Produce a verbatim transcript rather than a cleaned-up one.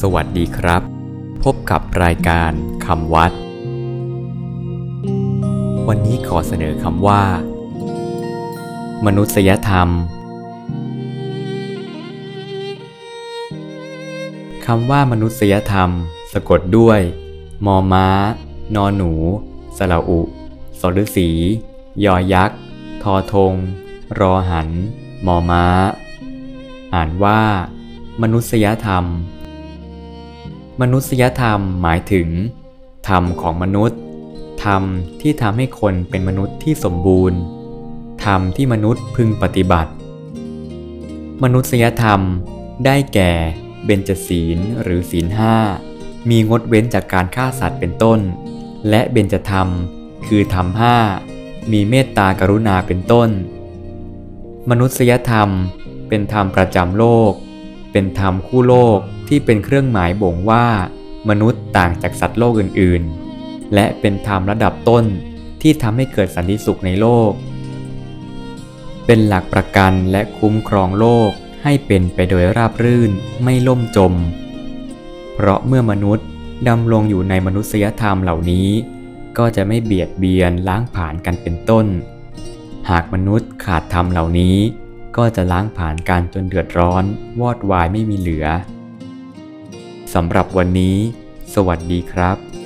สวัสดีครับพบกับรายการคำวัดวันนี้ขอเสนอคำว่ามนุษยธรรมคำว่ามนุษยธรรมสะกดด้วยมอม้านอหนูสระอุสฤษียอยักษ์ทอธงรอหันมอม้าอ่านว่ามนุษยธรรมมนุษยธรรมหมายถึงธรรมของมนุษย์ธรรมที่ทำให้คนเป็นมนุษย์ที่สมบูรณ์ธรรมที่มนุษย์พึงปฏิบัติมนุษยธรรมได้แก่เบญจศีลหรือศีลห้ามีงดเว้นจากการฆ่าสัตว์เป็นต้นและเบญจธรรมคือธรรมห้ามีเมตตากรุณาเป็นต้นมนุษยธรรมเป็นธรรมประจำโลกเป็นธรรมคู่โลกที่เป็นเครื่องหมายบ่งว่ามนุษย์ต่างจากสัตว์โลกอื่นๆและเป็นธรรมระดับต้นที่ทำให้เกิดสันติสุขในโลกเป็นหลักประกันและคุ้มครองโลกให้เป็นไปโดยราบรื่นไม่ล่มจมเพราะเมื่อมนุษย์ดำรงอยู่ในมนุษยธรรมเหล่านี้ก็จะไม่เบียดเบียนล้างผลาญกันเป็นต้นหากมนุษย์ขาดธรรมเหล่านี้ก็จะล้างผลาญกันจนเดือดร้อนวอดวายไม่มีเหลือสำหรับวันนี้สวัสดีครับ